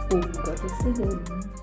Um Gottes Willen.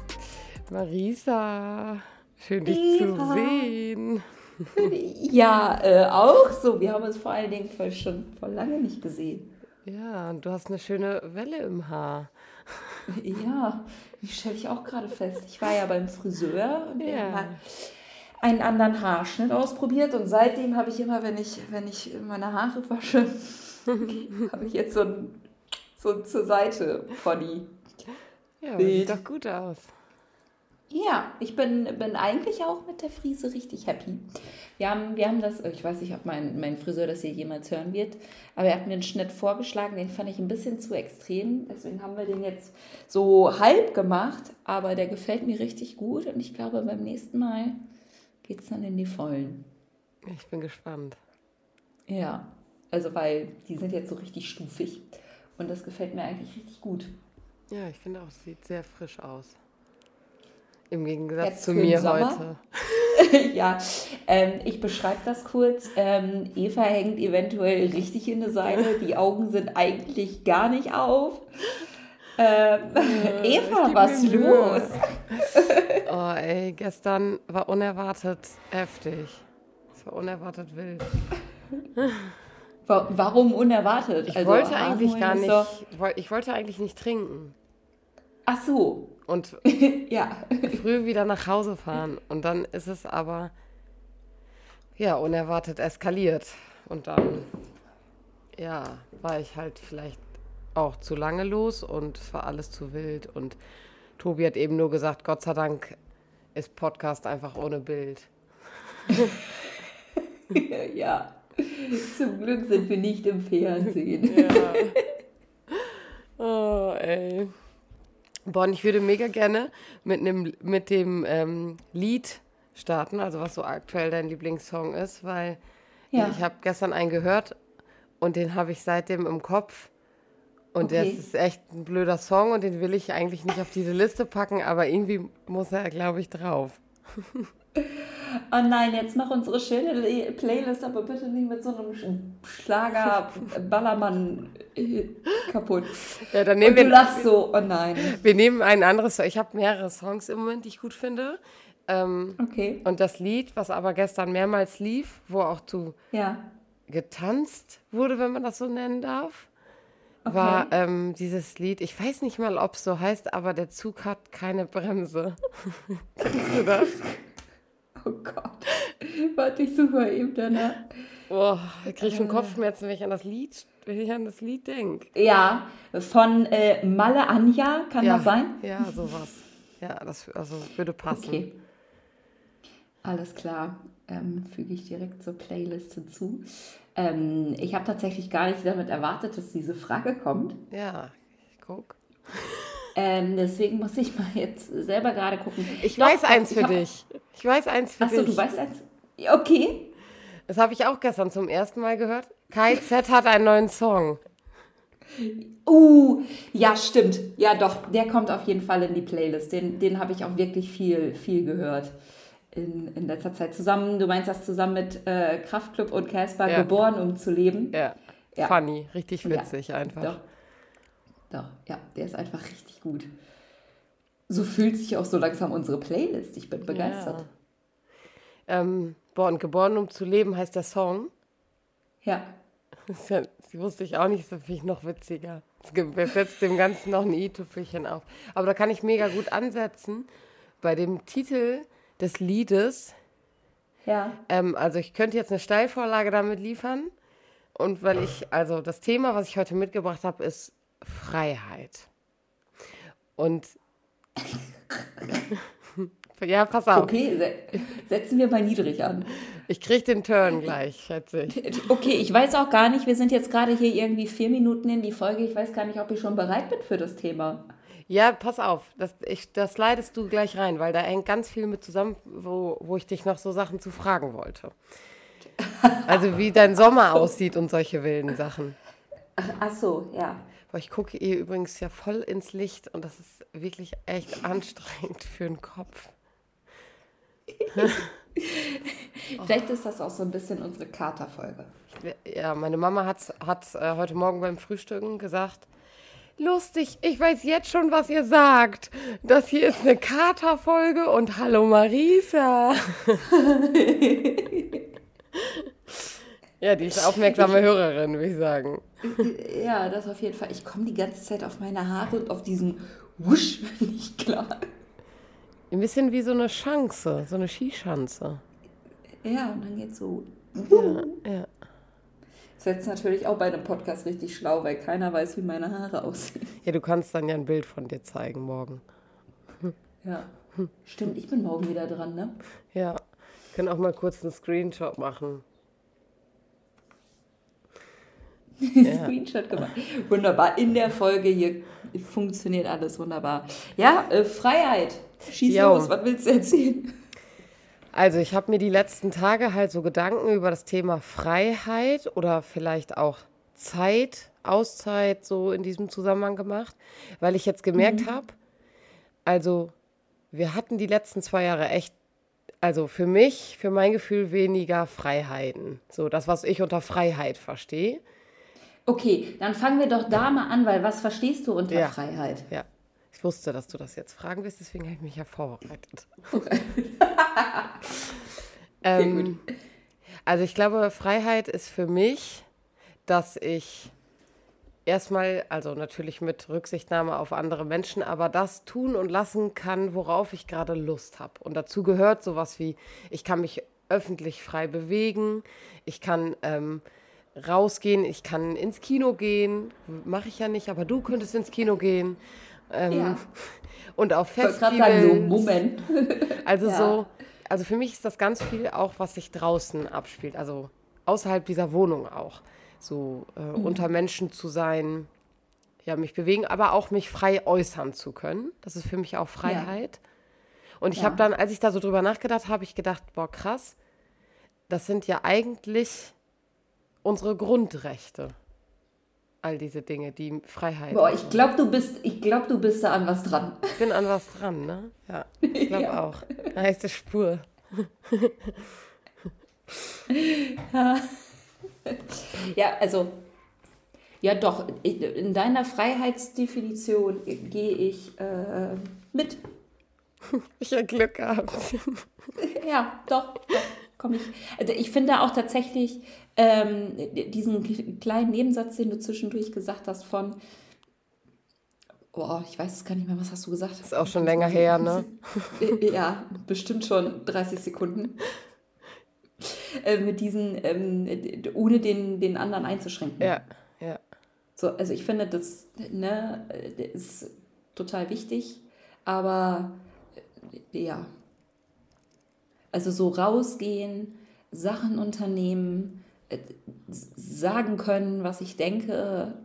Marisa, schön dich zu sehen. Ja, auch so. Wir haben uns vor allen Dingen schon vor lange nicht gesehen. Ja, und du hast eine schöne Welle im Haar. Ja, die stelle ich auch gerade fest. Ich war ja beim Friseur und wir haben mal Ja. einen anderen Haarschnitt ausprobiert und seitdem habe ich immer, wenn ich meine Haare wasche, habe ich jetzt so ein zur Seite Pony. Ja, aber Bild. sieht doch gut aus. Ja, ich bin eigentlich auch mit der Frise richtig happy. Wir haben das, ich weiß nicht, ob mein Friseur das hier jemals hören wird, aber er hat mir einen Schnitt vorgeschlagen, den fand ich ein bisschen zu extrem. Deswegen haben wir den jetzt so halb gemacht, aber der gefällt mir richtig gut und ich glaube, beim nächsten Mal geht es dann in die Vollen. Ich bin gespannt. Ja, also weil die sind jetzt so richtig stufig und das gefällt mir eigentlich richtig gut. Ja, ich finde auch, es sieht sehr frisch aus. Im Gegensatz Jetzt zu für den mir Sommer? heute. Ja, ich beschreibe das kurz. Eva hängt eventuell richtig in der Seite. Die Augen sind eigentlich gar nicht auf. Eva, geb was mir Mühe. los? Oh ey, gestern war unerwartet heftig. Es war unerwartet wild. Warum unerwartet? Ich Also wollte eigentlich Haarholen gar ist nicht, doch- ich wollte eigentlich nicht trinken. Ach so, Und ja. früh wieder nach Hause fahren. Und dann ist es aber, ja, unerwartet eskaliert. Und dann, ja, war ich halt vielleicht auch zu lange los und es war alles zu wild. Und Tobi hat eben nur gesagt, Gott sei Dank ist Podcast einfach ohne Bild. Ja. Zum Glück sind wir nicht im Fernsehen. Ja. Oh, ey. Boah, und ich würde mega gerne mit dem Lied starten, also was so aktuell dein Lieblingssong ist, weil Ja. ich habe gestern einen gehört und den habe ich seitdem im Kopf. Und das Okay. ist echt ein blöder Song und den will ich eigentlich nicht auf diese Liste packen, aber irgendwie muss er, glaube ich, drauf. Oh nein, jetzt mach unsere schöne Playlist, aber bitte nicht mit so einem Schlager-Ballermann kaputt. Ja, dann Und nehmen du wir, lachst so, oh nein. wir nehmen ein anderes Song. Ich habe mehrere Songs im Moment, die ich gut finde. Okay, Und das Lied, was aber gestern mehrmals lief, wo auch zu ja, getanzt wurde, wenn man das so nennen darf, okay. war dieses Lied, ich weiß nicht mal, ob es so heißt, aber der Zug hat keine Bremse. Kennst du das? Oh Gott. Warte, ich suche mal eben danach. Boah, da kriege ich schon Kopfschmerzen, wenn ich an das Lied denke. Ja, von Malle Anja, kann das sein? Ja, sowas. Ja, das also würde passen. Okay, alles klar. Füge ich direkt zur Playlist hinzu. Ich habe tatsächlich gar nicht damit erwartet, dass diese Frage kommt. Ja, ich guck. Deswegen muss ich mal jetzt selber gerade gucken. Ich Doch, weiß doch, eins ich für hab- dich. Ich weiß eins für Achso, dich. du weißt eins? Ja, okay. Das habe ich auch gestern zum ersten Mal gehört. KZ hat einen neuen Song. Ja, stimmt. Ja, doch, der kommt auf jeden Fall in die Playlist. Den habe ich auch wirklich viel gehört in letzter Zeit. Du meinst das zusammen mit Kraftklub und Casper, Ja. Geboren, um zu leben? Ja, Ja. funny, richtig Ja, witzig einfach. Doch, ja, der ist einfach richtig gut. So fühlt sich auch so langsam unsere Playlist. Ich bin begeistert. Und Geboren, um zu leben heißt der Song. Ja. Das wusste ich auch nicht, das finde ich noch witziger. Es setzt dem Ganzen noch ein i-Tüpfelchen auf. Aber da kann ich mega gut ansetzen bei dem Titel des Liedes. Ja. Also ich könnte jetzt eine Steilvorlage damit liefern. Und also das Thema, was ich heute mitgebracht habe, ist Freiheit. Und ja, pass auf. Okay, setzen wir mal niedrig an. Ich kriege den Turn gleich, schätze ich. Okay, ich weiß auch gar nicht, wir sind jetzt gerade hier irgendwie 4 Minuten in die Folge. Ich weiß gar nicht, ob ich schon bereit bin für das Thema. Ja, pass auf, das leitest du gleich rein, weil da hängt ganz viel mit zusammen, wo ich dich noch so Sachen zu fragen wollte. Also wie dein Sommer aussieht und solche wilden Sachen. Ach so, ja. Boah, ich gucke ihr übrigens ja voll ins Licht und das ist wirklich echt anstrengend für den Kopf. Vielleicht ist das auch so ein bisschen unsere Katerfolge. Ja, meine Mama hat heute Morgen beim Frühstücken gesagt, lustig, ich weiß jetzt schon, was ihr sagt. Das hier ist eine Kater-Folge und hallo Marisa. Ja, die ist aufmerksame Hörerin, würde ich sagen. Ja, das auf jeden Fall. Ich komme die ganze Zeit auf meine Haare und auf diesen Wusch nicht klar. Ein bisschen wie so eine Schanze, so eine Skischanze. Ja, und dann geht's so. Ja. Das ist jetzt natürlich auch bei einem Podcast richtig schlau, weil keiner weiß, wie meine Haare aussehen. Ja, du kannst dann ja ein Bild von dir zeigen morgen. Ja, stimmt, ich bin morgen wieder dran, ne? Ja, wir können auch mal kurz einen Screenshot machen. Screenshot gemacht. Wunderbar, in der Folge hier funktioniert alles wunderbar. Ja, Freiheit. Schieß los, was willst du erzählen? Also ich habe mir die letzten Tage halt so Gedanken über das Thema Freiheit oder vielleicht auch Zeit, Auszeit so in diesem Zusammenhang gemacht, weil ich jetzt gemerkt habe, also wir hatten die letzten 2 Jahre echt, also für mich, für mein Gefühl weniger Freiheiten. So das, was ich unter Freiheit verstehe. Okay, dann fangen wir doch da mal an, weil was verstehst du unter Freiheit? Ja, ich wusste, dass du das jetzt fragen wirst, deswegen habe ich mich ja vorbereitet. Sehr gut. Also ich glaube, Freiheit ist für mich, dass ich erstmal, also natürlich mit Rücksichtnahme auf andere Menschen, aber das tun und lassen kann, worauf ich gerade Lust habe. Und dazu gehört sowas wie, ich kann mich öffentlich frei bewegen, ich kann rausgehen, ich kann ins Kino gehen, mache ich ja nicht, aber du könntest ins Kino gehen. Ja. Und auf Ich wollte gerade Festivals. sagen, so, Moment. Also Ja. so, also für mich ist das ganz viel auch, was sich draußen abspielt, also außerhalb dieser Wohnung auch. So unter Menschen zu sein, ja, mich bewegen, aber auch mich frei äußern zu können. Das ist für mich auch Freiheit. Und ich Ja. habe dann, als ich da so drüber nachgedacht habe, ich gedacht, boah, krass, das sind ja eigentlich unsere Grundrechte. All diese Dinge, die Freiheit. Boah, ich glaube, du bist da an was dran. Ich bin an was dran, ne? Ja, ich glaube Ja. auch. Heiße Spur. Ja, also, ja doch, in deiner Freiheitsdefinition gehe ich mit. Ich habe Glück gehabt. Ja, doch, komme ich. Also ich finde auch tatsächlich diesen kleinen Nebensatz, den du zwischendurch gesagt hast von, ich weiß es gar nicht mehr, was hast du gesagt? Ist auch schon länger her, ne? Ja, bestimmt schon 30 Sekunden. Mit diesen, ohne den anderen einzuschränken. Ja. So, also ich finde, das ist total wichtig, aber ja, also so rausgehen, Sachen unternehmen, sagen können, was ich denke,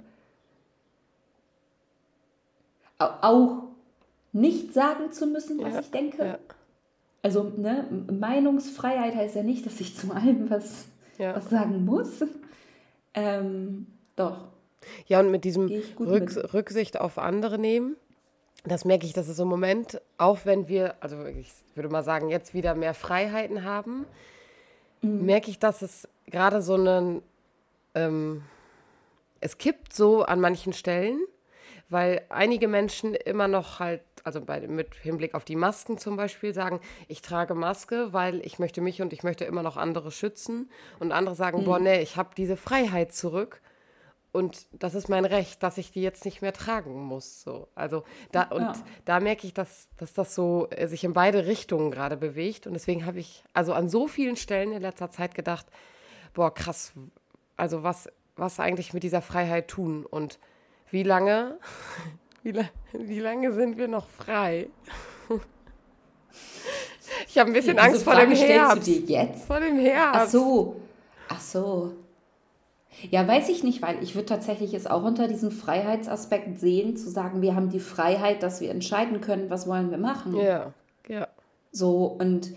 auch nicht sagen zu müssen, was ich denke. Ja. Also Meinungsfreiheit heißt ja nicht, dass ich zu allem was sagen muss. Doch. Ja, und mit diesem Gehe ich gut mit. Rücksicht auf andere nehmen, das merke ich, dass es im Moment, auch wenn wir, also ich würde mal sagen, jetzt wieder mehr Freiheiten haben, merke ich, dass es gerade so es kippt so an manchen Stellen, weil einige Menschen immer noch halt, also mit Hinblick auf die Masken zum Beispiel, sagen, ich trage Maske, weil ich möchte mich und ich möchte immer noch andere schützen. Und andere sagen, boah, nee, ich habe diese Freiheit zurück und das ist mein Recht, dass ich die jetzt nicht mehr tragen muss. So. Also da merke ich, dass das so sich in beide Richtungen gerade bewegt. Und deswegen habe ich also an so vielen Stellen in letzter Zeit gedacht, boah, krass, also was eigentlich mit dieser Freiheit tun und wie lange sind wir noch frei? Ich habe ein bisschen Angst vor dem Herbst. Stellst du dir jetzt? Vor dem Herbst. Ach so. Ja, weiß ich nicht, weil ich würde tatsächlich es auch unter diesem Freiheitsaspekt sehen, zu sagen, wir haben die Freiheit, dass wir entscheiden können, was wollen wir machen. Ja. So, und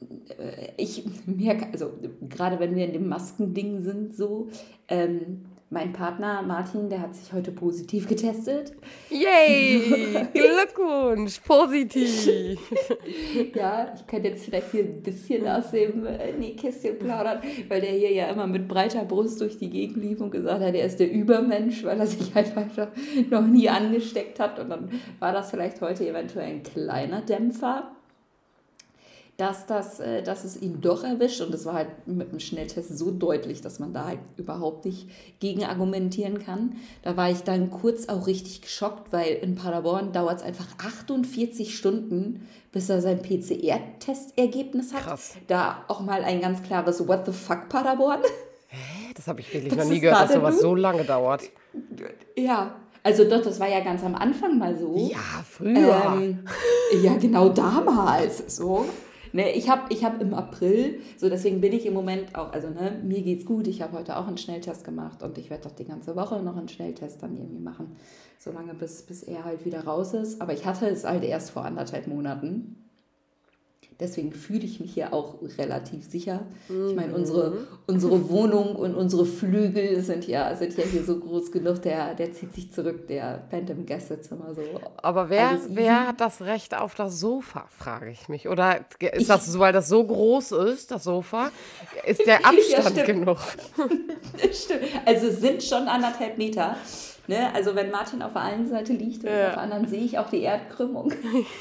ich merke, also gerade wenn wir in dem Maskending sind, so, Mein Partner Martin, der hat sich heute positiv getestet. Yay! Glückwunsch! Positiv! Ja, ich könnte jetzt vielleicht hier ein bisschen aus dem Nähkästchen plaudern, weil der hier ja immer mit breiter Brust durch die Gegend lief und gesagt hat, er ist der Übermensch, weil er sich einfach noch nie angesteckt hat. Und dann war das vielleicht heute eventuell ein kleiner Dämpfer, dass es ihn doch erwischt. Und es war halt mit dem Schnelltest so deutlich, dass man da halt überhaupt nicht gegen argumentieren kann. Da war ich dann kurz auch richtig geschockt, weil in Paderborn dauert es einfach 48 Stunden, bis er sein PCR-Testergebnis hat. Krass. Da auch mal ein ganz klares What the fuck Paderborn. Das habe ich wirklich noch nie gehört, dass sowas so lange dauert. Ja, also doch, das war ja ganz am Anfang mal so. Ja, früher. Ja, genau damals so. Ne, ich hab im April, so deswegen bin ich im Moment auch, also ne, mir geht's gut, ich habe heute auch einen Schnelltest gemacht und ich werde doch die ganze Woche noch einen Schnelltest dann irgendwie machen, solange bis er halt wieder raus ist. Aber ich hatte es halt erst vor 1,5 Monaten. Deswegen fühle ich mich hier auch relativ sicher. Ich meine, unsere Wohnung und unsere Flügel sind ja hier so groß genug, der zieht sich zurück, der pennt im Gästezimmer so. Aber wer hat das Recht auf das Sofa, frage ich mich. Oder ist das so, weil das so groß ist, das Sofa, ist der Abstand Ja, genug? Stimmt. Also es sind schon 1,5 Meter. Ne? Also wenn Martin auf der einen Seite liegt und auf der anderen sehe ich auch die Erdkrümmung.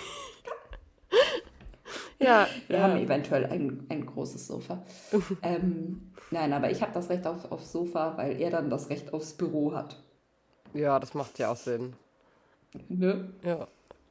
Ja, Wir haben eventuell ein großes Sofa. Nein, aber ich habe das Recht aufs Sofa, weil er dann das Recht aufs Büro hat. Ja, das macht ja auch Sinn. Ne? Ja.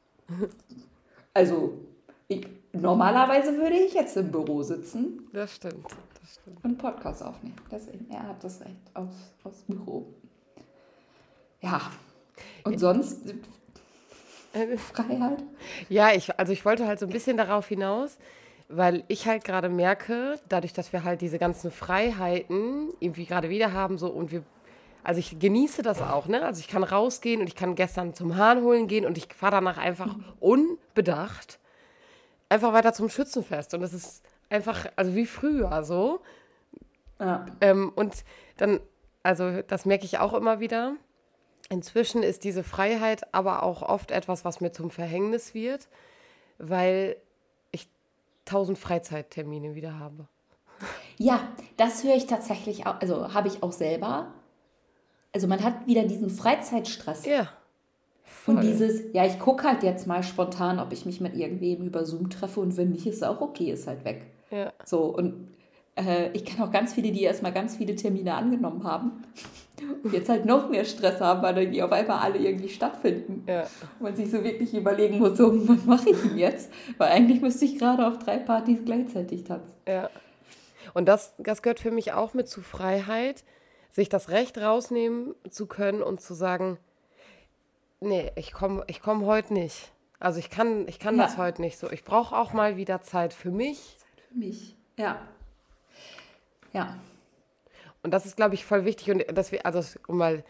Also, normalerweise würde ich jetzt im Büro sitzen Das stimmt. und einen Podcast aufnehmen. Deswegen, er hat das Recht aufs Büro. Ja, und sonst Freiheit? Ja, ich wollte halt so ein bisschen darauf hinaus, weil ich halt gerade merke, dadurch, dass wir halt diese ganzen Freiheiten irgendwie gerade wieder haben, so also ich genieße das auch, ne? Also ich kann rausgehen und ich kann gestern zum Hahn holen gehen und ich fahre danach einfach unbedacht einfach weiter zum Schützenfest und das ist einfach, also wie früher so. Ja. Und dann, also das merke ich auch immer wieder. Inzwischen ist diese Freiheit aber auch oft etwas, was mir zum Verhängnis wird, weil ich 1000 Freizeittermine wieder habe. Ja, das höre ich tatsächlich auch, also habe ich auch selber. Also man hat wieder diesen Freizeitstress. Ja. Voll. Und dieses, ja, ich gucke halt jetzt mal spontan, ob ich mich mit irgendwem über Zoom treffe und wenn nicht, ist auch okay, ist halt weg. Ja. So, und ich kenne auch ganz viele, die erstmal ganz viele Termine angenommen haben und jetzt halt noch mehr Stress haben, weil die auf einmal alle irgendwie stattfinden. Ja. Und man sich so wirklich überlegen muss, so, was mache ich denn jetzt? Weil eigentlich müsste ich gerade auf 3 Partys gleichzeitig tanzen. Ja. Und das gehört für mich auch mit zu Freiheit, sich das Recht rausnehmen zu können und zu sagen, nee, ich komm heute nicht. Also ich kann das heute nicht so. Ich brauche auch mal wieder Zeit für mich. Für mich, ja. Ja. Und das ist, glaube ich, voll wichtig. Und dass wir, also um mal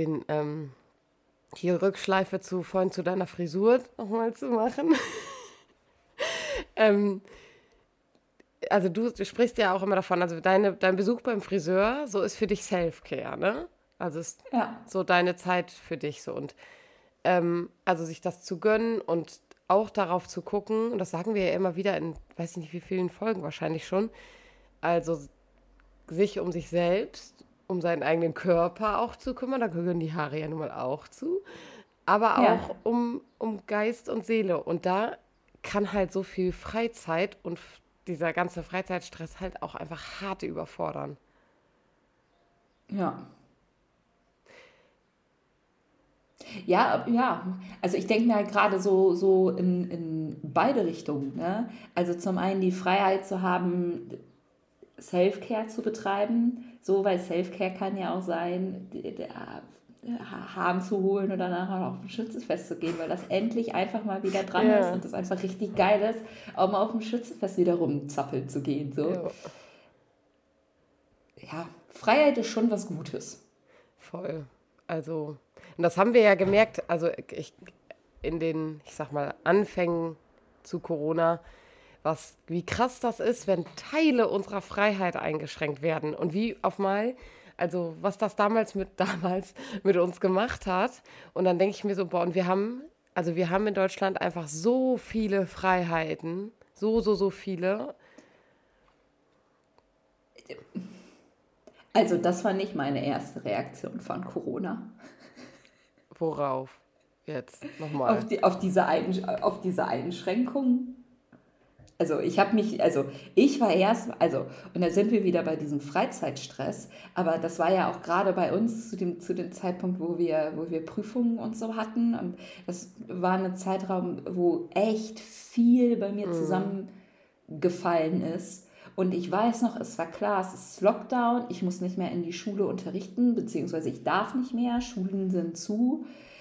die Rückschleife vorhin zu deiner Frisur nochmal zu machen. Also du sprichst ja auch immer davon, also dein Besuch beim Friseur, so ist für dich Self-Care, ne? Also ist so deine Zeit für dich so. Und also sich das zu gönnen und auch darauf zu gucken, und das sagen wir ja immer wieder in, weiß ich nicht wie vielen Folgen wahrscheinlich schon, also sich um sich selbst, um seinen eigenen Körper auch zu kümmern, da gehören die Haare ja nun mal auch zu, aber auch um Geist und Seele. Und da kann halt so viel Freizeit und dieser ganze Freizeitstress halt auch einfach hart überfordern. Ja. Ja, also ich denke mir halt gerade so in beide Richtungen, ne? Also zum einen die Freiheit zu haben, Self-Care zu betreiben, so, weil Self-Care kann ja auch sein, Hahn zu holen und danach auch auf ein Schützenfest zu gehen, weil das endlich einfach mal wieder dran ist und das einfach richtig geil ist, auch mal auf dem Schützenfest wieder rumzappeln zu gehen, so. Ja, Freiheit ist schon was Gutes. Voll. Also, und das haben wir ja gemerkt, also in den, ich sag mal, Anfängen zu Corona, wie krass das ist, wenn Teile unserer Freiheit eingeschränkt werden und wie auf mal Also was das damals mit uns gemacht hat. Und dann denke ich mir so, boah, und wir haben in Deutschland einfach so viele Freiheiten. So viele. Also das war nicht meine erste Reaktion von Corona. Worauf? Jetzt nochmal. Auf diese Einschränkungen. Also ich war und da sind wir wieder bei diesem Freizeitstress, aber das war ja auch gerade bei uns zu dem Zeitpunkt, wo wir Prüfungen und so hatten, und das war ein Zeitraum, wo echt viel bei mir zusammengefallen ist. Und ich weiß noch, es war klar, es ist Lockdown, ich muss nicht mehr in die Schule unterrichten, beziehungsweise ich darf nicht mehr, Schulen sind zu.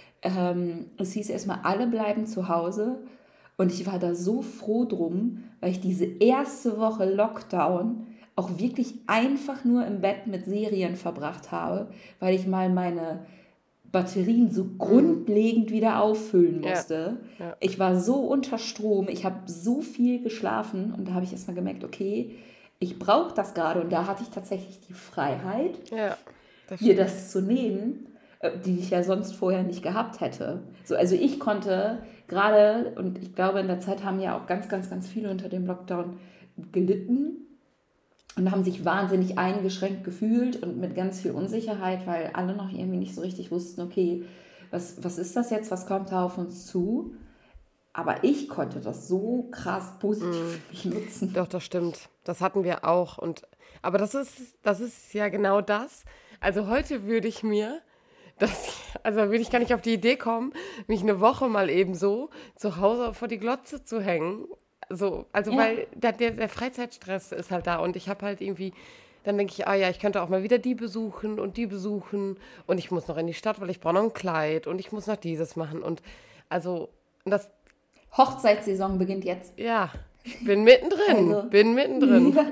Es hieß erstmal, alle bleiben zu Hause. Und ich war da so froh drum, weil ich diese erste Woche Lockdown auch wirklich einfach nur im Bett mit Serien verbracht habe, weil ich mal meine Batterien so grundlegend wieder auffüllen musste. Ja. Ich war so unter Strom, ich habe so viel geschlafen, und da habe ich erstmal gemerkt, okay, ich brauche das gerade, und da hatte ich tatsächlich die Freiheit, mir das zu nehmen, die ich ja sonst vorher nicht gehabt hätte. So, also ich konnte gerade, und ich glaube, in der Zeit haben ja auch ganz, ganz, ganz viele unter dem Lockdown gelitten und haben sich wahnsinnig eingeschränkt gefühlt und mit ganz viel Unsicherheit, weil alle noch irgendwie nicht so richtig wussten, okay, was ist das jetzt, was kommt da auf uns zu? Aber ich konnte das so krass positiv für mich nutzen. Doch, das stimmt. Das hatten wir auch. Aber das ist ja genau das. Also heute würde ich gar nicht auf die Idee kommen, mich eine Woche mal eben so zu Hause vor die Glotze zu hängen. Weil der Freizeitstress ist halt da, und ich habe halt irgendwie, dann denke ich, ich könnte auch mal wieder die besuchen und ich muss noch in die Stadt, weil ich brauche noch ein Kleid und ich muss noch dieses machen, und das... Hochzeitssaison beginnt jetzt. Ja, bin mittendrin. Ja.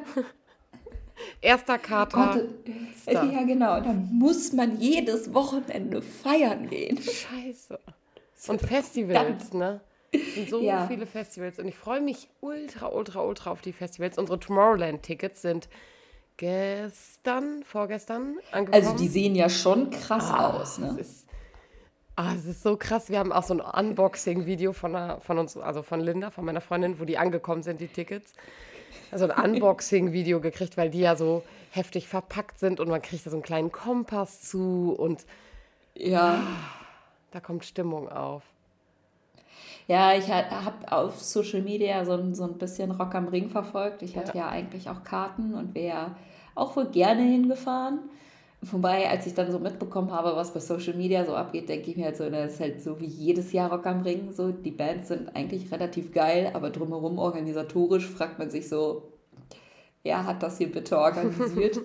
Erster Kater. Ja, genau. Dann muss man jedes Wochenende feiern gehen. Scheiße. Und Festivals, ne? Es sind so viele Festivals. Und ich freue mich ultra auf die Festivals. Unsere Tomorrowland-Tickets sind vorgestern angekommen. Also die sehen ja schon krass aus, ne? Es ist so krass. Wir haben auch so ein Unboxing-Video von uns, also von Linda, von meiner Freundin, wo die angekommen sind, die Tickets. Also ein Unboxing-Video gekriegt, weil die ja so heftig verpackt sind, und man kriegt da so einen kleinen Kompass zu, und da kommt Stimmung auf. Ja, ich habe auf Social Media so ein bisschen Rock am Ring verfolgt. Ich hatte ja eigentlich auch Karten und wäre auch wohl gerne hingefahren. Wobei, als ich dann so mitbekommen habe, was bei Social Media so abgeht, denke ich mir halt so, das ist halt so wie jedes Jahr Rock am Ring. So, die Bands sind eigentlich relativ geil, aber drumherum organisatorisch fragt man sich so, wer hat das hier bitte organisiert?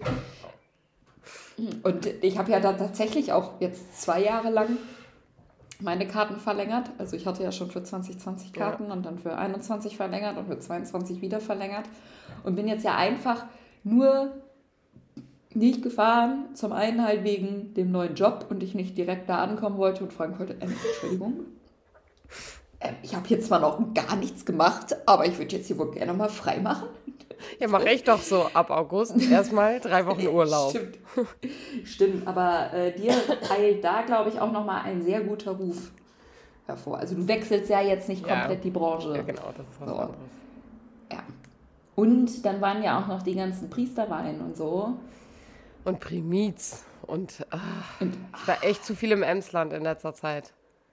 Und ich habe ja da tatsächlich auch jetzt 2 Jahre lang meine Karten verlängert. Also ich hatte ja schon für 2020 Karten und dann für 21 verlängert und für 22 wieder verlängert. Und bin jetzt ja einfach nur nicht gefahren, zum einen halt wegen dem neuen Job und ich nicht direkt da ankommen wollte und fragen wollte, Entschuldigung, ich habe hier zwar noch gar nichts gemacht, aber ich würde jetzt hier wohl gerne mal frei machen. Ja, mache ich doch so ab August erstmal 3 Wochen Urlaub. Stimmt, aber dir eilt da, glaube ich, auch nochmal ein sehr guter Ruf hervor. Also du wechselst ja jetzt nicht komplett die Branche. Ja, genau, das ist was anderes. Ja. Und dann waren ja auch noch die ganzen Priesterweihen und so. Und Primiz. Und ich war echt zu viel im Emsland in letzter Zeit.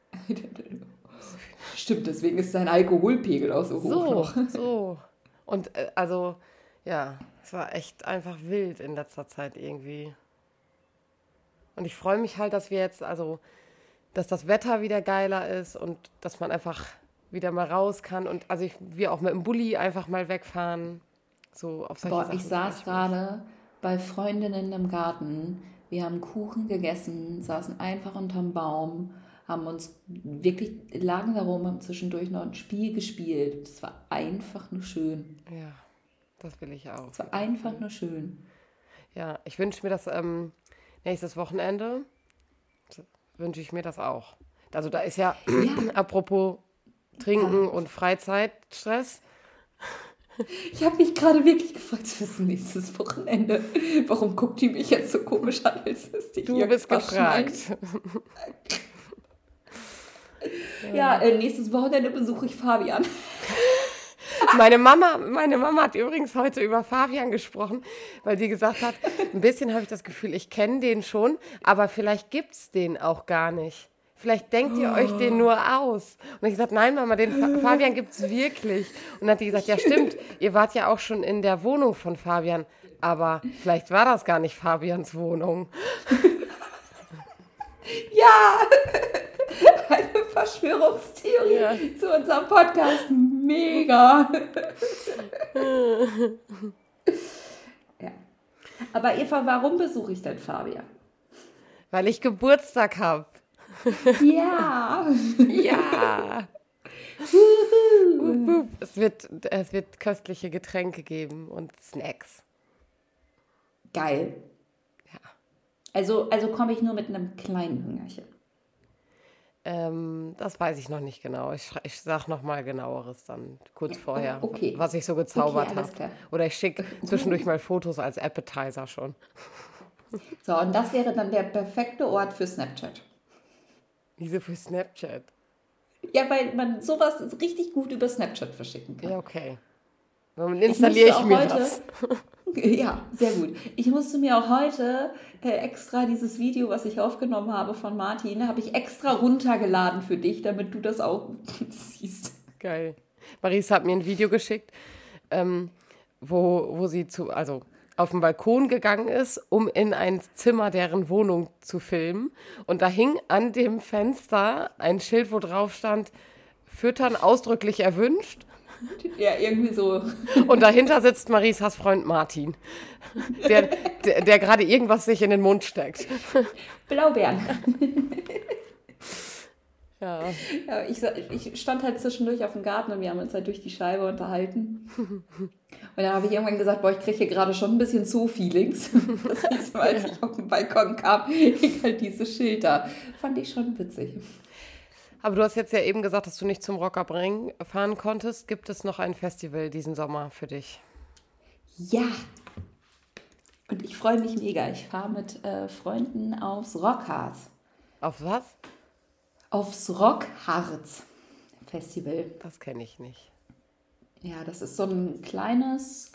Stimmt, deswegen ist dein Alkoholpegel auch so hoch noch. So. Und es war echt einfach wild in letzter Zeit irgendwie. Und ich freue mich halt, dass wir jetzt, dass das Wetter wieder geiler ist und dass man einfach wieder mal raus kann. Und wir auch mit dem Bulli einfach mal wegfahren. So auf solche Sachen. Ich saß gerade bei Freundinnen im Garten. Wir haben Kuchen gegessen, saßen einfach unterm Baum, lagen da rum, haben zwischendurch noch ein Spiel gespielt. Das war einfach nur schön. Ja, das will ich auch. Es war einfach nur schön. Ja, ich wünsche mir das nächstes Wochenende, wünsche ich mir das auch. Also da ist ja, apropos Trinken und Freizeitstress, Ich habe mich gerade wirklich gefragt, was ist denn nächstes Wochenende? Warum guckt die mich jetzt so komisch an, als müsste ich Du bist irgendwas schneiden? gefragt. Ja, nächstes Wochenende besuche ich Fabian. Meine Mama hat übrigens heute über Fabian gesprochen, weil sie gesagt hat, ein bisschen habe ich das Gefühl, ich kenne den schon, aber vielleicht gibt's den auch gar nicht. Vielleicht denkt ihr euch den nur aus. Und ich gesagt, nein, Mama, den Fabian gibt's wirklich. Und dann hat die gesagt, ja stimmt, ihr wart ja auch schon in der Wohnung von Fabian, aber vielleicht war das gar nicht Fabians Wohnung. Ja, eine Verschwörungstheorie zu unserem Podcast. Mega. Ja. Aber Eva, warum besuche ich denn Fabian? Weil ich Geburtstag habe. Ja. Ja. Es wird köstliche Getränke geben und Snacks. Geil. Ja. Also komme ich nur mit einem kleinen Hüngerchen. Das weiß ich noch nicht genau. Ich sag noch mal genaueres dann kurz vorher, Okay. was ich so gezaubert Okay, alles habe. klar. Oder ich schicke zwischendurch mal Fotos als Appetizer schon. So, und das wäre dann der perfekte Ort für Snapchat. Wieso für Snapchat? Ja, weil man sowas richtig gut über Snapchat verschicken kann. Ja, okay. Dann installiere ich mir das. Ja, sehr gut. Ich musste mir auch heute extra dieses Video, was ich aufgenommen habe von Martin, habe ich extra runtergeladen für dich, damit du das auch siehst. Geil. Maries hat mir ein Video geschickt, wo sie also auf den Balkon gegangen ist, um in ein Zimmer deren Wohnung zu filmen. Und da hing an dem Fenster ein Schild, wo drauf stand, Füttern ausdrücklich erwünscht. Ja, irgendwie so. Und dahinter sitzt Marisas Freund Martin, der gerade irgendwas sich in den Mund steckt. Blaubeeren. Ja. Ja, ich stand halt zwischendurch auf dem Garten und wir haben uns halt durch die Scheibe unterhalten. Und dann habe ich irgendwann gesagt, boah, ich kriege hier gerade schon ein bisschen Zoo-Feelings. Das nächste Mal, als ich auf den Balkon kam, hing halt dieses Schild da. Fand ich schon witzig. Aber du hast jetzt ja eben gesagt, dass du nicht zum Rock am Ring fahren konntest. Gibt es noch ein Festival diesen Sommer für dich? Ja. Und ich freue mich mega. Ich fahre mit Freunden aufs Rockharz. Auf was? Aufs Rockharz Festival. Das kenne ich nicht. Ja, das ist so ein kleineres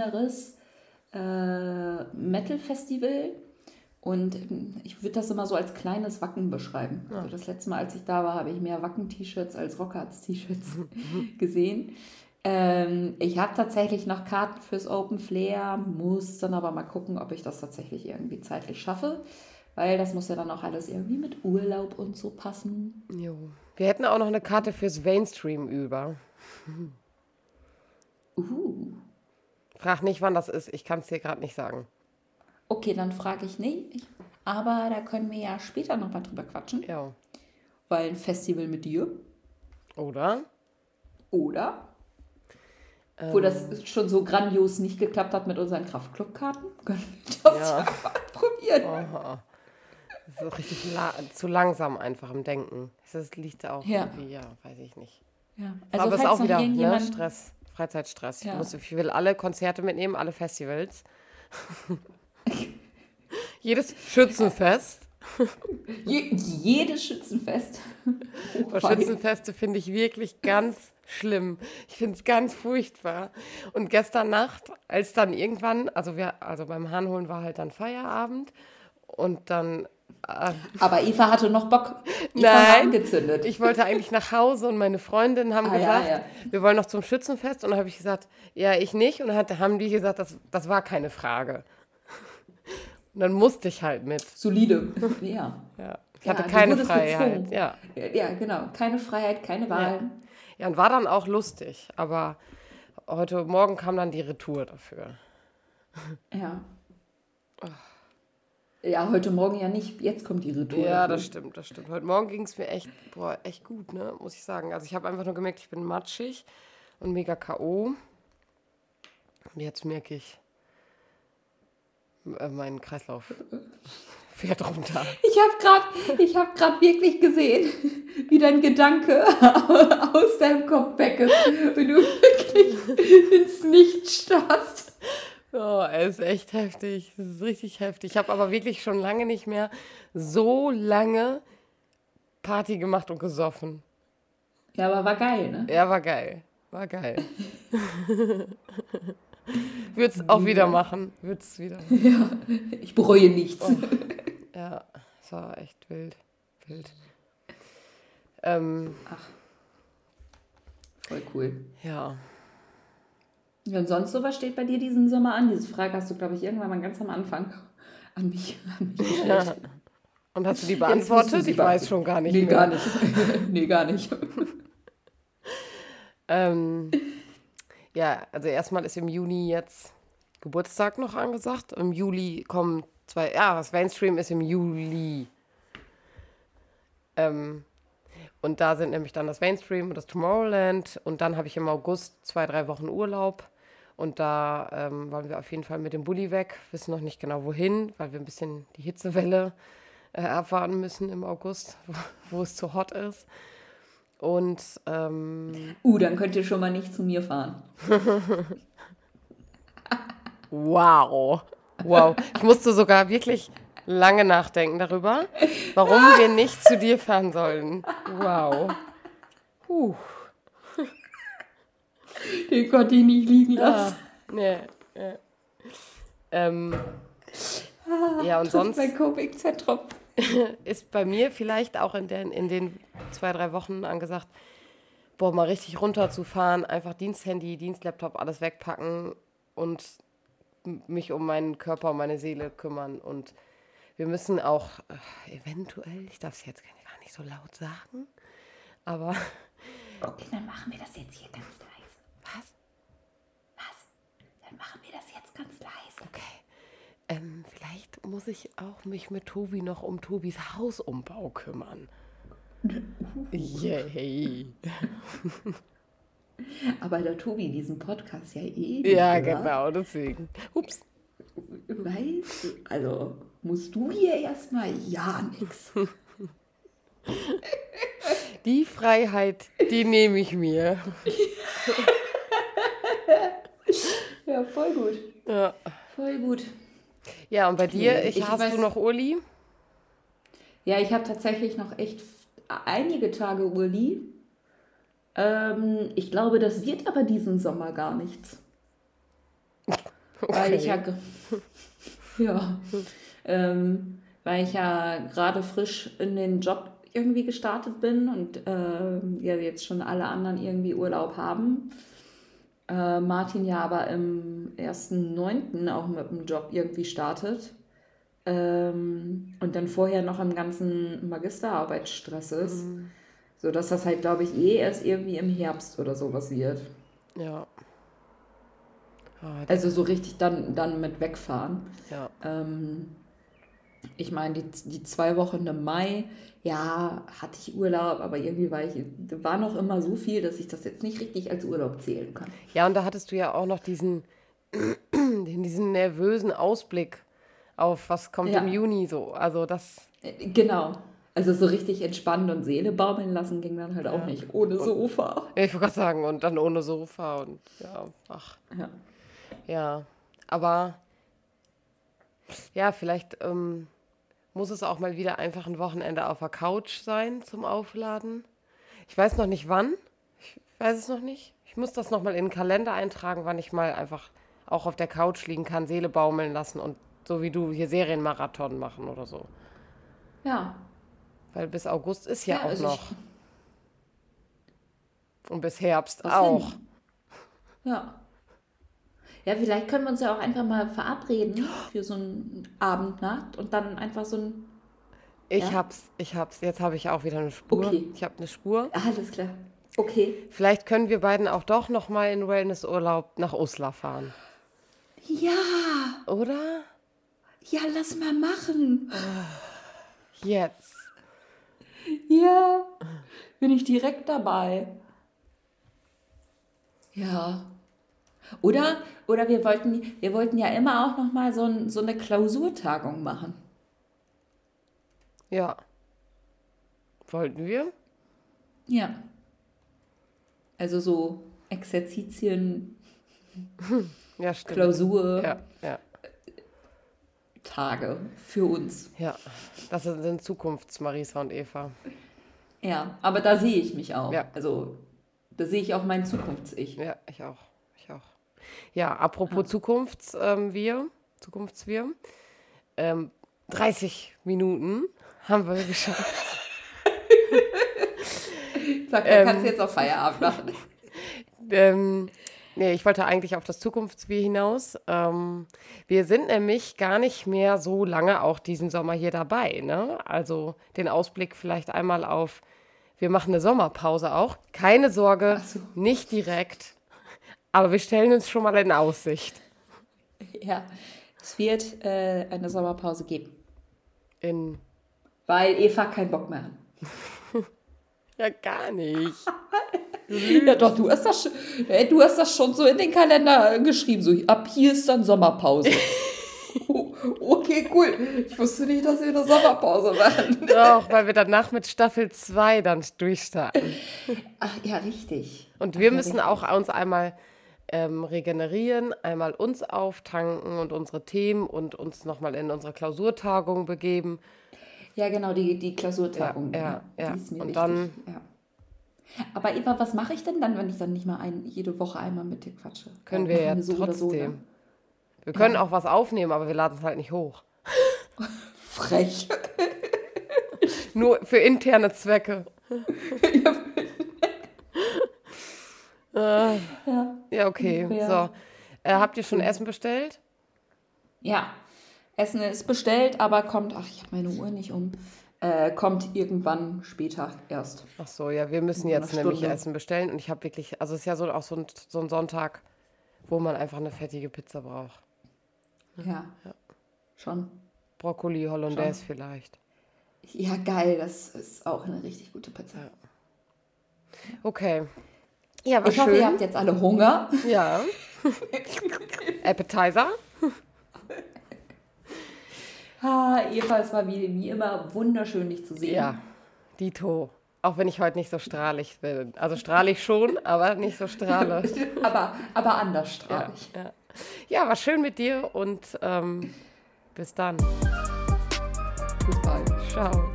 Metal-Festival. Und ich würde das immer so als kleines Wacken beschreiben. Ja. Also das letzte Mal, als ich da war, habe ich mehr Wacken-T-Shirts als Rockharz-T-Shirts gesehen. Ich habe tatsächlich noch Karten fürs Open Flair, muss dann aber mal gucken, ob ich das tatsächlich irgendwie zeitlich schaffe. Weil das muss ja dann auch alles irgendwie mit Urlaub und so passen. Jo. Wir hätten auch noch eine Karte fürs Mainstream über. Frag nicht, wann das ist. Ich kann es dir gerade nicht sagen. Okay, dann frage ich nicht. Aber da können wir ja später nochmal drüber quatschen. Ja. Weil ein Festival mit dir. Oder? Wo das schon so grandios nicht geklappt hat mit unseren Kraftclub-Karten. Können wir das ja mal probieren. Aha. Das ist so richtig zu langsam einfach im Denken. Das liegt da auch irgendwie, ja, weiß ich nicht. Ja. Also aber es ist auch wieder Stress, Freizeitstress. Ja. Ich will alle Konzerte mitnehmen, alle Festivals. Jedes Schützenfest. Jedes Schützenfest. Schützenfeste finde ich wirklich ganz schlimm. Ich finde es ganz furchtbar. Und gestern Nacht, als dann irgendwann, also beim Hahnholen war halt dann Feierabend und dann... Aber Eva hatte noch Bock. Nein, angezündet. Ich wollte eigentlich nach Hause und meine Freundinnen haben gesagt, wir wollen noch zum Schützenfest. Und dann habe ich gesagt, ja, ich nicht. Und dann haben die gesagt, das war keine Frage. Und dann musste ich halt mit. Solide. Ja. Ich hatte keine Freiheit. Ja, genau. Keine Freiheit, keine Wahl. Ja, und war dann auch lustig. Aber heute Morgen kam dann die Retour dafür. Ja. Ja, heute Morgen ja nicht. Jetzt kommt die Retour. Ja, das stimmt. Heute Morgen ging es mir echt gut, ne, muss ich sagen. Also ich habe einfach nur gemerkt, ich bin matschig und mega K.O. Und jetzt merke ich, mein Kreislauf fährt runter. Ich hab grad wirklich gesehen, wie dein Gedanke aus deinem Kopf weg ist und du wirklich ins Nichts starrst. Oh, er ist echt heftig. Das ist richtig heftig. Ich habe aber wirklich schon lange nicht mehr so lange Party gemacht und gesoffen. Ja, aber war geil, ne? Ja, war geil. War geil. Würd's auch wieder machen. Würd's wieder machen. Ja, ich bereue nichts. Oh. Ja, es war echt wild. Wild. Voll cool. Ja. Ja, und sonst so, was steht bei dir diesen Sommer an? Diese Frage hast du, glaube ich, irgendwann mal ganz am Anfang an mich gestellt. Ja. Und hast du die beantwortet? Ich weiß schon gar nicht mehr. Gar nicht. Nee, gar nicht. Ja, also erstmal ist im Juni jetzt Geburtstag noch angesagt. Im Juli kommen das Mainstream ist im Juli. Und da sind nämlich dann das Mainstream und das Tomorrowland. Und dann habe ich im August 2-3 Wochen Urlaub. Und da wollen wir auf jeden Fall mit dem Bulli weg. Wissen noch nicht genau wohin, weil wir ein bisschen die Hitzewelle abwarten müssen im August, wo es zu hot ist. Und dann könnt ihr schon mal nicht zu mir fahren. Wow. Ich musste sogar wirklich lange nachdenken darüber, warum wir nicht zu dir fahren sollen. Wow. Den konnte ich nicht liegen lassen. Nee. Ja, und sonst mein Coping-Zentrum ist bei mir vielleicht auch in den 2-3 Wochen angesagt, mal richtig runterzufahren, einfach Diensthandy, Dienstlaptop, alles wegpacken und mich um meinen Körper und meine Seele kümmern. Und wir müssen auch eventuell, ich darf es jetzt gar nicht so laut sagen, aber... Okay, dann machen wir das jetzt hier ganz leise. Was? Dann machen wir das jetzt ganz leise. Okay. Vielleicht muss ich auch mich mit Tobi noch um Tobis Hausumbau kümmern. Yay. Aber der Tobi diesen Podcast ja eh nicht. Ja, oder? genau, deswegen. Ups. Weißt du, also musst du hier erstmal ja nix. Die Freiheit, die nehme ich mir. Ja, voll gut. Ja. Voll gut. Ja, und bei dir, Nee, hast du noch Uli? Ja, ich habe tatsächlich noch echt einige Tage Uli. Ich glaube, das wird aber diesen Sommer gar nichts. Weil ich weil ich ja gerade frisch in den Job irgendwie gestartet bin und ja jetzt schon alle anderen irgendwie Urlaub haben. Martin ja aber im 1.9. auch mit dem Job irgendwie startet. Und dann vorher noch im ganzen Magisterarbeitsstress ist. Sodass das halt, glaube ich, erst irgendwie im Herbst oder sowas wird. Ja. Also so richtig dann mit wegfahren. Ja. Ich meine, die 2 Wochen im Mai, ja, hatte ich Urlaub, aber irgendwie war noch immer so viel, dass ich das jetzt nicht richtig als Urlaub zählen kann. Ja, und da hattest du ja auch noch diesen nervösen Ausblick auf was kommt im Juni so. Also das... Genau. Also so richtig entspannen und Seele baumeln lassen ging dann halt auch nicht. Ohne Sofa. Ich wollte gerade sagen, und dann ohne Sofa und ja, ach. Ja. Ja, aber ja, vielleicht muss es auch mal wieder einfach ein Wochenende auf der Couch sein zum Aufladen. Ich weiß noch nicht wann. Ich weiß es noch nicht. Ich muss das nochmal in den Kalender eintragen, wann ich mal einfach auch auf der Couch liegen kann, Seele baumeln lassen und so wie du hier Serienmarathon machen oder so. Ja. Weil bis August ist ja auch also noch. Und bis Herbst auch. Ja. Ja, vielleicht können wir uns ja auch einfach mal verabreden für so einen Abendnacht und dann einfach so ein... Ich hab's. Jetzt habe ich auch wieder eine Spur. Okay. Ich habe eine Spur. Alles klar. Okay. Vielleicht können wir beiden auch doch noch mal in Wellnessurlaub nach Uslar fahren. Ja. Oder? Ja, lass mal machen. Jetzt. Ja. Bin ich direkt dabei. Ja. Oder wir wollten ja immer auch noch mal so eine Klausurtagung machen. Ja. Wollten wir? Ja. Also so Exerzitien, Ja, stimmt. Klausur, Ja. Tage für uns. Ja, das sind Zukunfts-Marisa und Eva. Ja, aber da sehe ich mich auch. Ja. Also da sehe ich auch mein Zukunfts-Ich. Ja, ich auch. Ja, apropos Zukunftswir. 30 Minuten haben wir geschafft. Sag, da kannst du jetzt auf Feierabend machen. Nee, ich wollte eigentlich auf das Zukunftswir hinaus. Wir sind nämlich gar nicht mehr so lange auch diesen Sommer hier dabei, ne? Also den Ausblick vielleicht einmal auf, wir machen eine Sommerpause auch. Keine Sorge, Ach so. nicht direkt, aber wir stellen uns schon mal in Aussicht. Ja, es wird eine Sommerpause geben, In weil Eva keinen Bock mehr hat. Ja, gar nicht. Ja, doch, du hast das schon so in den Kalender geschrieben. So, ab hier ist dann Sommerpause. Okay, cool. Ich wusste nicht, dass wir eine Sommerpause machen. Doch, weil wir danach mit Staffel 2 dann durchstarten. Ach, ja, richtig. Und wir müssen auch uns einmal regenerieren, einmal uns auftanken und unsere Themen und uns nochmal in unsere Klausurtagung begeben. Ja, genau, die Klausurtagung. Ja. Die ist mir Und wichtig. dann- Ja. Aber Eva, was mache ich denn dann, wenn ich dann nicht mal jede Woche einmal mit dir quatsche? Können wir machen ja so oder trotzdem. so, ne? Wir können auch was aufnehmen, aber wir laden es halt nicht hoch. Frech. Nur für interne Zwecke. Ja, okay. Ja. So. Habt ihr schon Essen bestellt? Ja, Essen ist bestellt, aber kommt, ach, ich habe meine Uhr nicht um, kommt irgendwann später erst. Ach so, ja, wir müssen In jetzt einer nämlich Stunde. Essen bestellen. Und ich habe wirklich, also es ist ja so auch so ein Sonntag, wo man einfach eine fettige Pizza braucht. Ja, schon. Brokkoli Hollandaise vielleicht. Ja, geil, das ist auch eine richtig gute Pizza. Okay. Ja, war Ich hoffe, ihr schön. habt jetzt alle Hunger. Ja. Appetizer. Eva, es war wie immer wunderschön, dich zu sehen. Ja, Dito. Auch wenn ich heute nicht so strahlig bin. Also strahlig schon, aber nicht so strahlend. aber anders strahlig. Ja, war schön mit dir und bis dann. Bis bald. Ciao.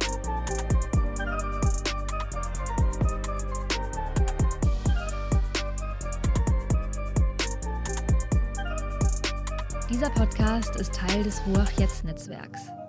Dieser Podcast ist Teil des Ruach-Jetzt-Netzwerks.